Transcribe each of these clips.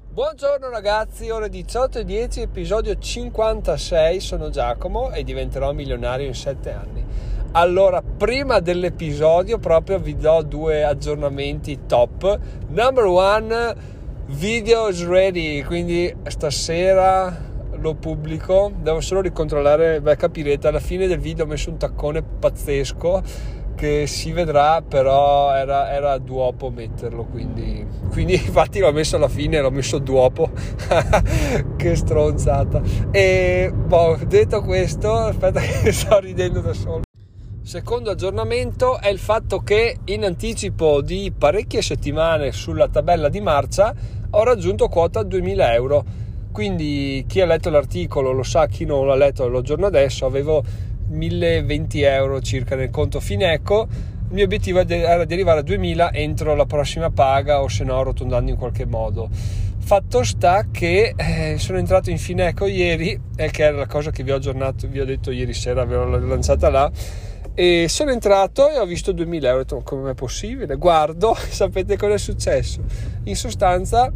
Buongiorno ragazzi, ore 18:10, episodio 56, sono Giacomo e diventerò milionario in 7 anni. Allora, prima dell'episodio proprio vi do 2 aggiornamenti top. Number one, video is ready, quindi stasera lo pubblico, devo solo ricontrollare, capirete, alla fine del video ho messo un taccone pazzesco che si vedrà, però era duopo metterlo, quindi infatti l'ho messo alla fine, l'ho messo duopo. Che stronzata. E detto questo, aspetta che sto ridendo da solo. Secondo aggiornamento è il fatto che in anticipo di parecchie settimane sulla tabella di marcia ho raggiunto quota 2000 euro, quindi chi ha letto l'articolo lo sa, chi non l'ha letto lo aggiorno adesso. Avevo 1020 euro circa nel conto Fineco. Il mio obiettivo era di arrivare a 2000 entro la prossima paga, o se no arrotondando in qualche modo. Fatto sta che sono entrato in Fineco ieri, che era la cosa che vi ho aggiornato, vi ho detto ieri sera, ve l'ho lanciata là, e sono entrato e ho visto 2000 euro. Ho detto, come è possibile? Guardo, sapete cosa è successo? In sostanza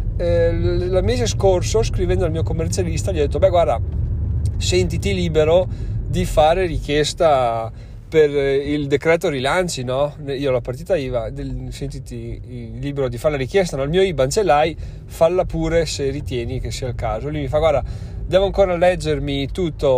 il mese scorso, scrivendo al mio commercialista, gli ho detto, guarda, sentiti libero di fare richiesta per il decreto rilanci, no? Io ho la partita IVA, sentiti libero di fare la richiesta, no? Il mio IBAN ce l'hai, falla pure se ritieni che sia il caso. Lui mi fa, guarda, devo ancora leggermi tutta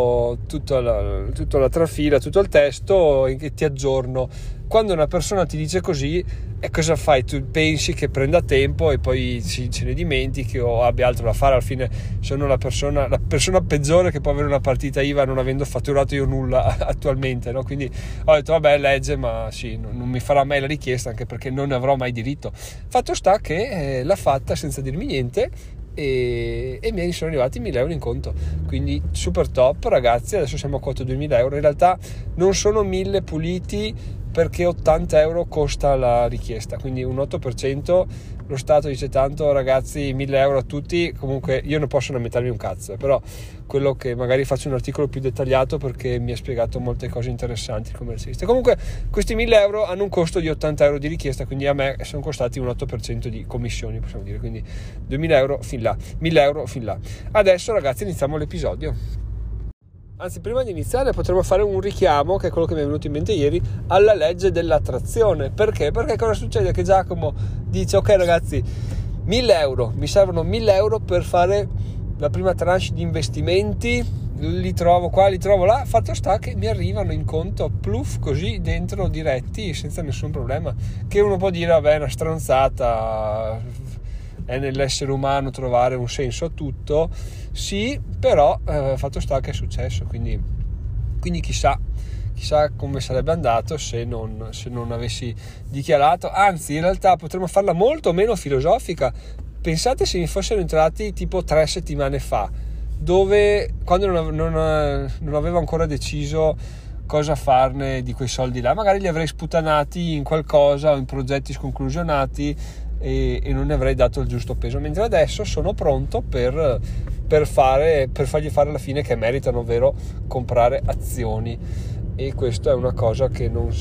la trafila, tutto il testo, e ti aggiorno. Quando una persona ti dice così, e cosa fai? Tu pensi che prenda tempo e poi ce ne dimentichi o abbia altro da fare. Alla fine sono la persona peggiore che può avere una partita IVA non avendo fatturato io nulla attualmente, no? Quindi ho detto, vabbè, legge, ma sì, non mi farà mai la richiesta, anche perché non ne avrò mai diritto. Fatto sta che l'ha fatta senza dirmi niente e mi sono arrivati 1000 euro in conto, quindi super top ragazzi. Adesso siamo a quota 2000 euro. In realtà non sono 1000 puliti, perché 80 euro costa la richiesta, quindi un 8%. Lo Stato dice, tanto ragazzi, 1000 euro a tutti. Comunque io non posso lamentarmi un cazzo, però quello che magari faccio un articolo più dettagliato, perché mi ha spiegato molte cose interessanti il commercialista. Comunque questi 1000 euro hanno un costo di 80 euro di richiesta, quindi a me sono costati un 8% di commissioni, possiamo dire, quindi 2000 euro fin là, 1000 euro fin là. Adesso ragazzi iniziamo l'episodio. Anzi, prima di iniziare potremmo fare un richiamo, che è quello che mi è venuto in mente ieri, alla legge dell'attrazione. Perché? Perché cosa succede? Che Giacomo dice, ok ragazzi, 1000 euro, mi servono 1000 euro per fare la prima tranche di investimenti, li trovo qua, li trovo là. Fatto sta che mi arrivano in conto pluff così dentro, diretti, senza nessun problema. Che uno può dire, vabbè, è una stronzata, è nell'essere umano trovare un senso a tutto, sì, però fatto sta che è successo, quindi chissà come sarebbe andato se non avessi dichiarato. Anzi, in realtà potremmo farla molto meno filosofica. Pensate se mi fossero entrati tipo 3 settimane fa, dove quando non avevo ancora deciso cosa farne di quei soldi là, magari li avrei sputanati in qualcosa o in progetti sconclusionati e non ne avrei dato il giusto peso, mentre adesso sono pronto per fargli fare alla fine che meritano, ovvero comprare azioni. E questo è una cosa che non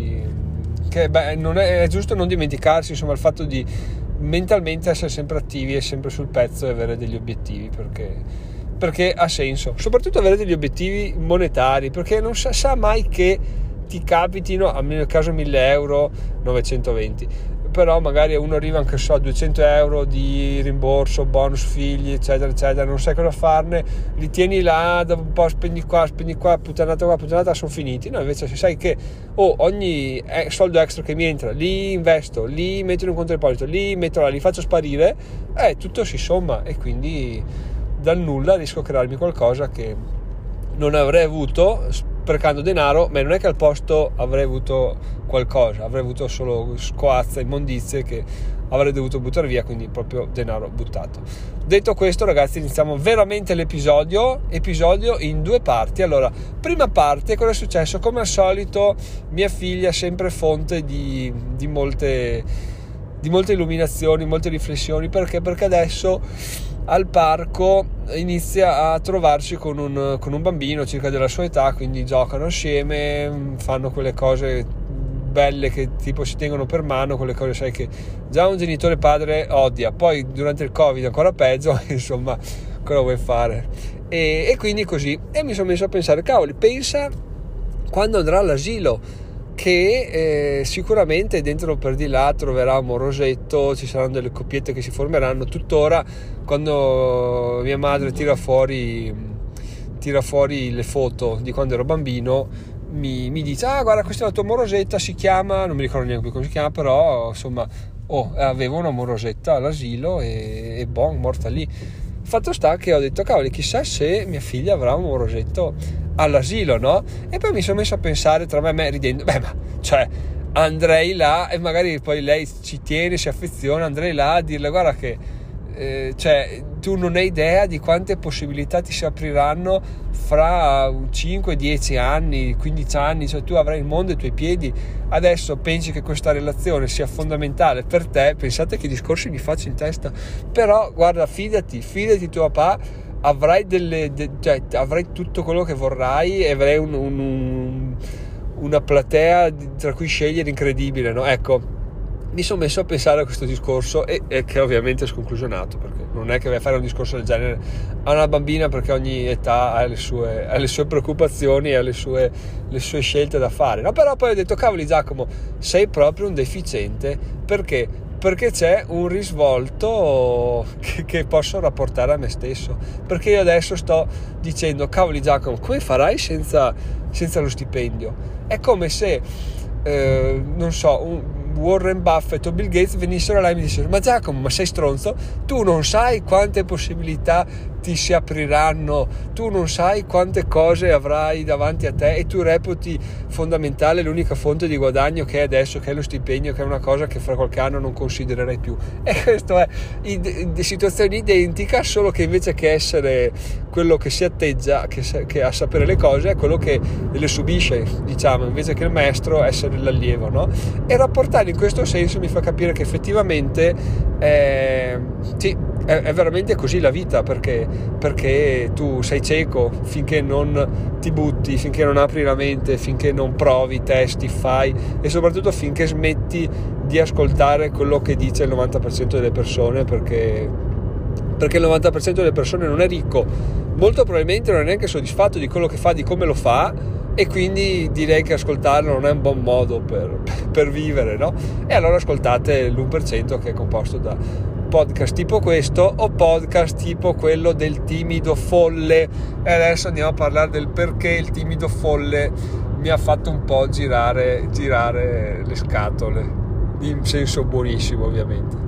non è giusto non dimenticarsi, insomma, il fatto di mentalmente essere sempre attivi e sempre sul pezzo e avere degli obiettivi, perché ha senso, soprattutto avere degli obiettivi monetari, perché non sa mai che ti capitino, almeno nel caso 1000 euro, 920, però magari uno arriva anche a 200 euro di rimborso, bonus figli, eccetera eccetera, non sai cosa farne, li tieni là, dopo un po' spendi qua, puttanata, sono finiti. No, invece se sai che ogni soldo extra che mi entra li investo, li metto in un conto deposito, li metto là, li faccio sparire, tutto si somma, e quindi dal nulla riesco a crearmi qualcosa che non avrei avuto sprecando denaro. Ma non è che al posto avrei avuto qualcosa, avrei avuto solo scoazza, immondizie che avrei dovuto buttare via, quindi proprio denaro buttato. Detto questo ragazzi, iniziamo veramente l'episodio in 2 parti. Allora, prima parte, cosa è successo? Come al solito mia figlia, sempre fonte di molte illuminazioni, molte riflessioni. Perché adesso al parco inizia a trovarsi con un bambino circa della sua età, quindi giocano assieme, fanno quelle cose belle che tipo si tengono per mano, quelle cose sai che già un genitore padre odia, poi durante il Covid ancora peggio, insomma, cosa vuoi fare? E quindi così, e mi sono messo a pensare, cavoli, pensa quando andrà all'asilo, che sicuramente dentro per di là troverà un morosetto, ci saranno delle coppiette che si formeranno. Tuttora quando mia madre tira fuori le foto di quando ero bambino, mi dice: ah, guarda, questa è la tua morosetta, si chiama, non mi ricordo neanche più come si chiama, però insomma avevo una morosetta all'asilo e morta lì. Fatto sta che ho detto, cavoli, chissà se mia figlia avrà un morosetto all'asilo, no? E poi mi sono messo a pensare tra me e me, ridendo, andrei là, e magari poi lei ci tiene, si affeziona, andrei là a dirle: guarda che tu non hai idea di quante possibilità ti si apriranno fra 5, 10 anni, 15 anni, cioè tu avrai il mondo ai tuoi piedi. Adesso pensi che questa relazione sia fondamentale per te, pensate che discorsi mi faccio in testa, però guarda, fidati tuo papà, avrai avrai tutto quello che vorrai e avrai una platea tra cui scegliere incredibile, no? Ecco, mi sono messo a pensare a questo discorso e che ovviamente è sconclusionato, perché non è che vai a fare un discorso del genere a una bambina, perché ogni età ha le sue preoccupazioni e ha le sue scelte da fare, no? Però poi ho detto, cavoli Giacomo, sei proprio un deficiente, perché c'è un risvolto che posso rapportare a me stesso, perché io adesso sto dicendo, cavoli Giacomo, come farai senza lo stipendio? È come se non so, Warren Buffett o Bill Gates venissero là e mi dissero: ma Giacomo, ma sei stronzo? Tu non sai quante possibilità ti si apriranno, tu non sai quante cose avrai davanti a te, e tu reputi fondamentale l'unica fonte di guadagno che è adesso, che è lo stipendio, che è una cosa che fra qualche anno non considererai più. E questo è situazione identica, solo che invece che essere quello che si atteggia, che a sapere le cose, è quello che le subisce, diciamo, invece che il maestro essere l'allievo, no? E rapportare in questo senso mi fa capire che effettivamente sì, è veramente così la vita, perché tu sei cieco finché non ti butti, finché non apri la mente, finché non provi, testi, fai, e soprattutto finché smetti di ascoltare quello che dice il 90% delle persone, perché il 90% delle persone non è ricco, molto probabilmente non è neanche soddisfatto di quello che fa, di come lo fa, e quindi direi che ascoltarlo non è un buon modo per vivere, no? E allora ascoltate l'1%, che è composto da podcast tipo questo o podcast tipo quello del timido folle. E adesso andiamo a parlare del perché il timido folle mi ha fatto un po' girare le scatole, in senso buonissimo ovviamente.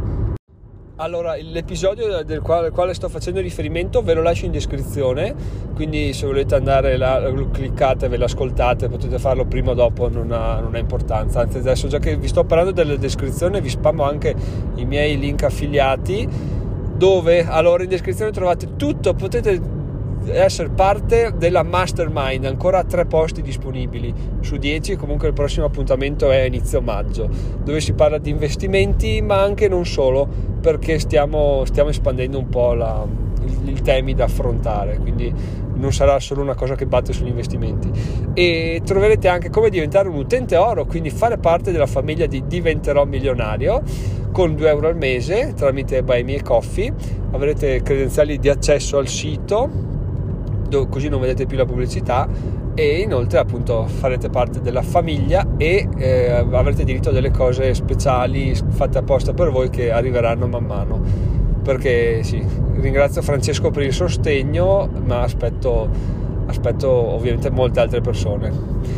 Allora, l'episodio del quale sto facendo riferimento ve lo lascio in descrizione, quindi se volete andare là, cliccate, ve l'ascoltate, potete farlo prima o dopo, non ha importanza. Anzi, adesso già che vi sto parlando della descrizione, vi spammo anche i miei link affiliati, dove allora in descrizione trovate tutto, potete essere parte della mastermind, ancora 3 posti disponibili su 10, comunque il prossimo appuntamento è inizio maggio, dove si parla di investimenti, ma anche non solo, perché stiamo espandendo un po' i temi da affrontare, quindi non sarà solo una cosa che batte sugli investimenti, e troverete anche come diventare un utente oro, quindi fare parte della famiglia di Diventerò Milionario con 2 euro al mese tramite Buy Me a Coffee. Avrete credenziali di accesso al sito, così non vedete più la pubblicità, e inoltre appunto farete parte della famiglia e avrete diritto a delle cose speciali fatte apposta per voi che arriveranno man mano, perché sì, ringrazio Francesco per il sostegno, ma aspetto ovviamente molte altre persone,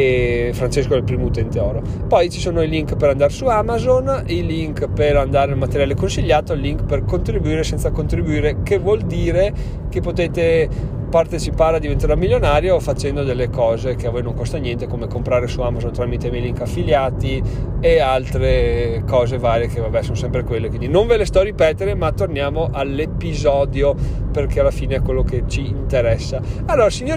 e Francesco è il primo utente oro. Poi ci sono i link per andare su Amazon, i link per andare al materiale consigliato, il link per contribuire senza contribuire, che vuol dire che potete partecipare a Diventerò Milionario facendo delle cose che a voi non costa niente, come comprare su Amazon tramite i miei link affiliati e altre cose varie che vabbè sono sempre quelle, quindi non ve le sto a ripetere, ma torniamo all'episodio, perché alla fine è quello che ci interessa. Allora, il signor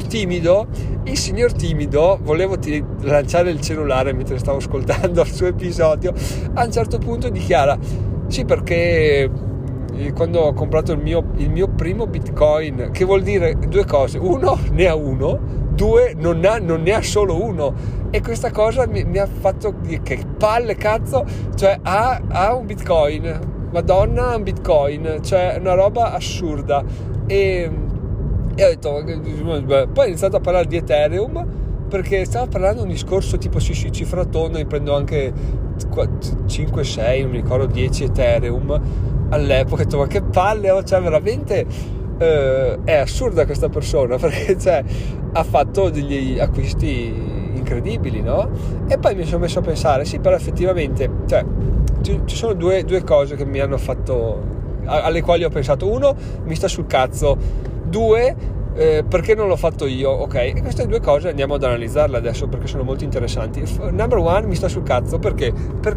timido, volevo lanciare il cellulare mentre stavo ascoltando il suo episodio, a un certo punto dichiara: sì, perché quando ho comprato il mio primo Bitcoin, che vuol dire due cose: uno, ne ha uno; due, non ne ha solo uno. E questa cosa mi ha fatto dire che palle, cazzo, cioè ha un Bitcoin, Madonna, un Bitcoin, cioè una roba assurda. E ho detto, poi ho iniziato a parlare di Ethereum, perché stava parlando un discorso tipo sì, cifra tonda, mi prendo anche 5, 6, non mi ricordo, 10 Ethereum all'epoca. Ho detto, ma che palle, cioè veramente è assurda questa persona, perché cioè, ha fatto degli acquisti incredibili, no? E poi mi sono messo a pensare, sì, però effettivamente, cioè, ci sono due cose che mi hanno fatto, alle quali ho pensato: uno, mi sta sul cazzo; due, perché non l'ho fatto io. Ok, e queste due cose andiamo ad analizzarle adesso, perché sono molto interessanti. Number one, mi sta sul cazzo perché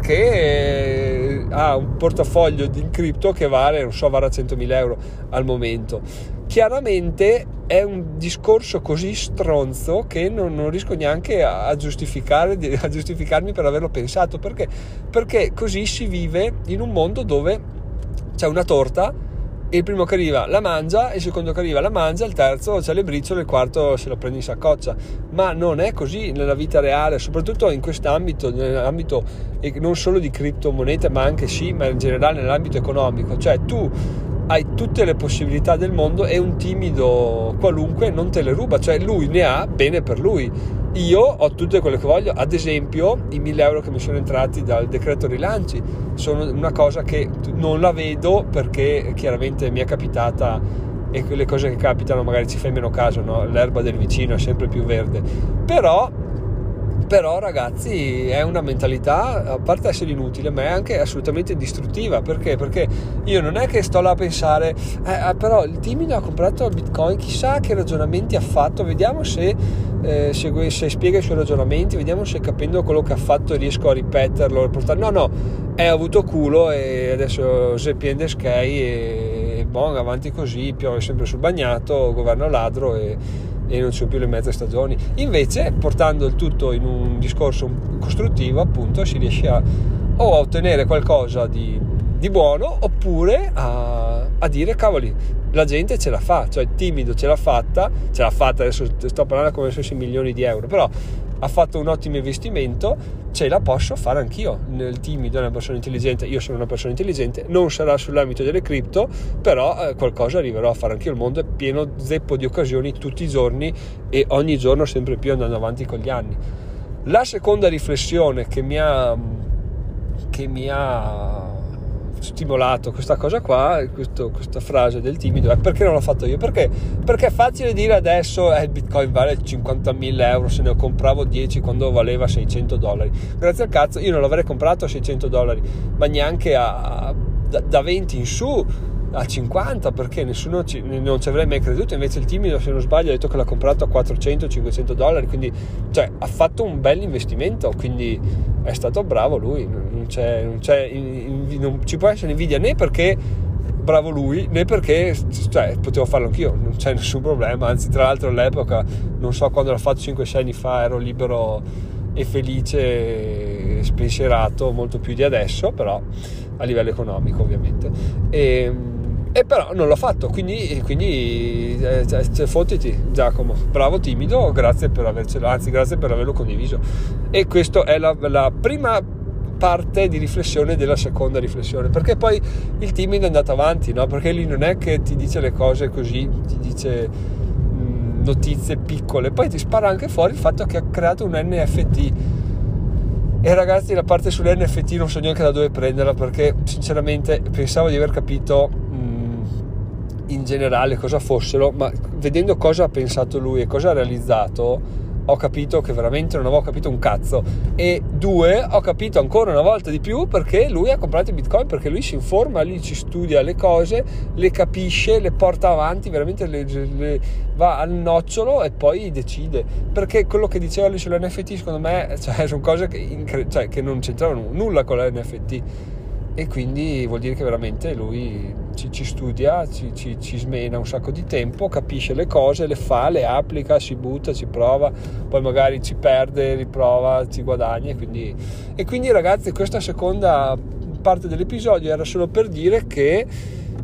ha un portafoglio in cripto che vale, non so, vale 100.000 euro al momento. Chiaramente è un discorso così stronzo che non riesco neanche a giustificarmi per averlo pensato, perché così si vive in un mondo dove c'è una torta, il primo che arriva la mangia, il secondo che arriva la mangia, il terzo c'ha le briciole, il quarto se lo prende in saccoccia. Ma non è così nella vita reale, soprattutto in quest'ambito, nell'ambito non solo di criptomonete, ma anche ma in generale nell'ambito economico. Cioè tu hai tutte le possibilità del mondo e un timido qualunque non te le ruba, cioè lui ne ha, bene per lui. Io ho tutte quelle che voglio. Ad esempio, i 1.000 euro che mi sono entrati dal decreto rilanci sono una cosa che non la vedo, perché chiaramente mi è capitata, e le cose che capitano magari ci fai meno caso, no? L'erba del vicino è sempre più verde. Però ragazzi, è una mentalità, a parte essere inutile, ma è anche assolutamente distruttiva. Perché io non è che sto là a pensare però il timido ha comprato il Bitcoin, chissà che ragionamenti ha fatto, vediamo se spiega i suoi ragionamenti, vediamo se, capendo quello che ha fatto, riesco a ripeterlo, no, è avuto culo e adesso se piende sky e bon, avanti così, piove sempre sul bagnato, governo ladro e non ci sono più le mezze stagioni. Invece, portando il tutto in un discorso costruttivo, appunto, si riesce a ottenere qualcosa di buono, oppure a dire cavoli, la gente ce la fa, cioè il timido ce l'ha fatta, adesso sto parlando come se fossi milioni di euro, però ha fatto un ottimo investimento, ce la posso fare anch'io. Il timido è una persona intelligente, io sono una persona intelligente, non sarà sull'ambito delle cripto, però qualcosa arriverò a fare anch'io. Il mondo è pieno zeppo di occasioni tutti i giorni, e ogni giorno sempre più, andando avanti con gli anni. La seconda riflessione che mi ha stimolato questa cosa qua, questa frase del timido, è: perché non l'ho fatto io? Perché è facile dire adesso il Bitcoin vale 50.000 euro, se ne ho compravo 10 quando valeva $600. Grazie al cazzo, io non l'avrei comprato a $600, ma neanche da 20 in su a 50, perché nessuno non ci avrei mai creduto. Invece il timido, se non sbaglio, ha detto che l'ha comprato a $400-500, quindi cioè ha fatto un bel investimento, quindi è stato bravo lui. Non ci può essere invidia, né perché bravo lui, né perché cioè potevo farlo anch'io, non c'è nessun problema. Anzi, tra l'altro all'epoca, non so quando l'ho fatto, 5-6 anni fa, ero libero e felice e spensierato molto più di adesso, però a livello economico ovviamente, e però non l'ho fatto, quindi fottiti Giacomo, bravo timido, grazie per avercelo, anzi grazie per averlo condiviso. E questa è la prima parte di riflessione della seconda riflessione, perché poi il timido è andato avanti, no? Perché lui non è che ti dice le cose così, ti dice notizie piccole, poi ti spara anche fuori il fatto che ha creato un NFT. E ragazzi, la parte sull'NFT non so neanche da dove prenderla, perché sinceramente pensavo di aver capito in generale cosa fossero, ma vedendo cosa ha pensato lui e cosa ha realizzato, ho capito che veramente non avevo capito un cazzo. E due, ho capito ancora una volta di più perché lui ha comprato i Bitcoin, perché lui si informa, lui ci studia le cose, le capisce, le porta avanti, veramente le va al nocciolo e poi decide. Perché quello che diceva lui sull'NFT, secondo me, cioè, sono cose che non c'entravano nulla con l'NFT, e quindi vuol dire che veramente lui ci studia, ci smena un sacco di tempo, capisce le cose, le fa, le applica, si butta, ci prova, poi magari ci perde, riprova, ci guadagna, e quindi ragazzi, questa seconda parte dell'episodio era solo per dire che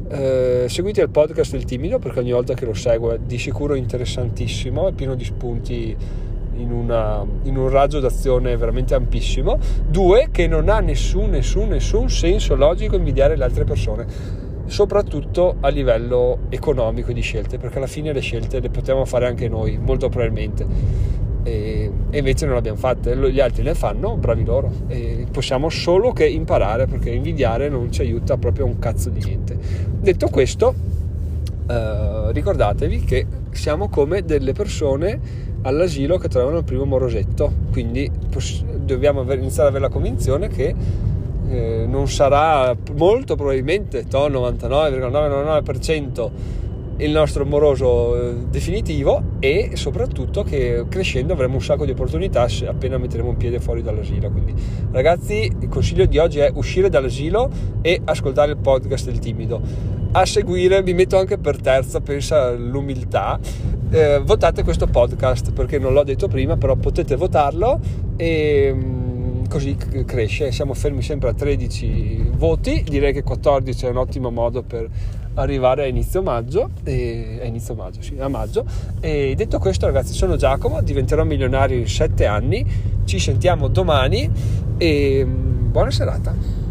seguite il podcast del Timido, perché ogni volta che lo seguo è di sicuro interessantissimo, è pieno di spunti in un raggio d'azione veramente ampissimo. 2, che non ha nessun senso logico invidiare le altre persone, soprattutto a livello economico di scelte, perché alla fine le scelte le potevamo fare anche noi, molto probabilmente, e invece non le abbiamo fatte. Gli altri le fanno, bravi loro, e possiamo solo che imparare, perché invidiare non ci aiuta proprio un cazzo di niente. Detto questo, ricordatevi che siamo come delle persone all'asilo che trovano il primo morosetto, quindi dobbiamo iniziare ad avere la convinzione che non sarà molto probabilmente 99,999% il nostro moroso definitivo, e soprattutto che crescendo avremo un sacco di opportunità appena metteremo un piede fuori dall'asilo. Quindi ragazzi, il consiglio di oggi è uscire dall'asilo e ascoltare il podcast del Timido. A seguire, vi metto anche per terza, pensa all'umiltà, votate questo podcast, perché non l'ho detto prima, però potete votarlo e così cresce. Siamo fermi sempre a 13 voti, direi che 14 è un ottimo modo per arrivare a inizio maggio, a maggio. E detto questo, ragazzi, sono Giacomo, diventerò milionario in 7 anni, ci sentiamo domani e buona serata.